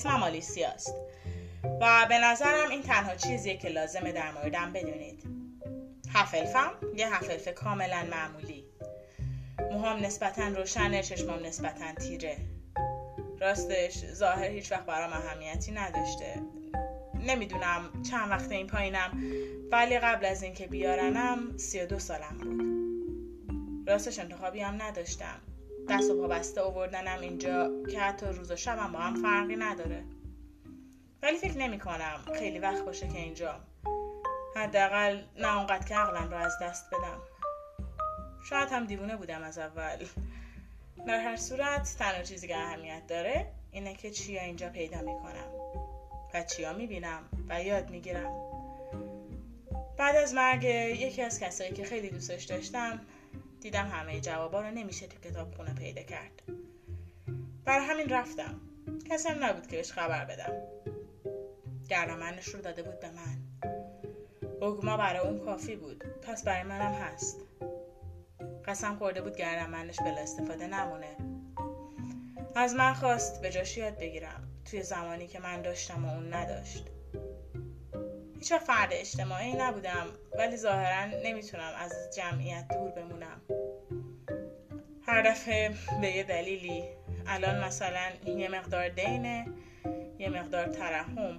اسمم آلیسیا است و به نظرم این تنها چیزیه که لازمه در موردم بدونید. هفلفم یه هفلف کاملا معمولی. موهام نسبتاً روشنه، چشمام نسبتاً تیره. راستش ظاهر هیچ وقت برام اهمیتی نداشته. نمیدونم چند وقت این پایینم، ولی قبل از اینکه بیارنم 32 سالم بود. راستش انتخابی هم نداشتم. دست و پا بسته آوردنم اینجا که حتی روز و شبم با هم فرقی نداره. ولی فکر نمی کنم خیلی وقت باشه که اینجام. حداقل نه اونقدر که عقلم رو از دست بدم. شاید هم دیوونه بودم از اول. در هر صورت تنها چیزی که اهمیت داره اینه که چیا اینجا پیدا میکنم و چیا میبینم و یاد میگیرم. بعد از مرگ یکی از کسایی که خیلی دوستش داشتم دیدم همه جوابا رو نمیشه تو کتابخونه پیدا کرد. برای همین رفتم. کسی هم نبود که بهش خبر بدم. گردنبندش رو داده بود به من. حکما برای اون کافی بود، پس برای منم هست. قسم خورده بود گردنبندش بلا استفاده نمونه. از من خواست به جاش یاد بگیرم توی زمانی که من داشتم و اون نداشت. هیچ وقت فرد اجتماعی نبودم، ولی ظاهرا نمیتونم از جمعیت دور بمونم. هر دفعه به یه دلیلی، الان مثلا یه مقدار دینه، یه مقدار ترحم،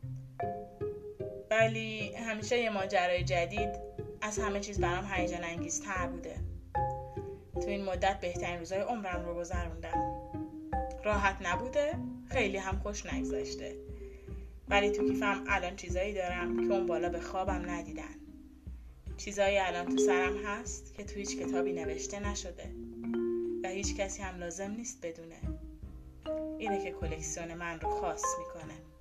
ولی همیشه یه ماجرای جدید از همه چیز برام هیجان انگیزتر بوده. تو این مدت بهترین روزای عمرم رو گذروندم. راحت نبوده، خیلی هم خوش نگذشته، ولی تو کیفم الان چیزایی دارم که اون بالا به خوابم ندیدن. چیزایی الان تو سرم هست که تو هیچ کتابی نوشته نشده و هیچ کسی هم لازم نیست بدونه. اینه که کلکسیون من رو خاص میکنه.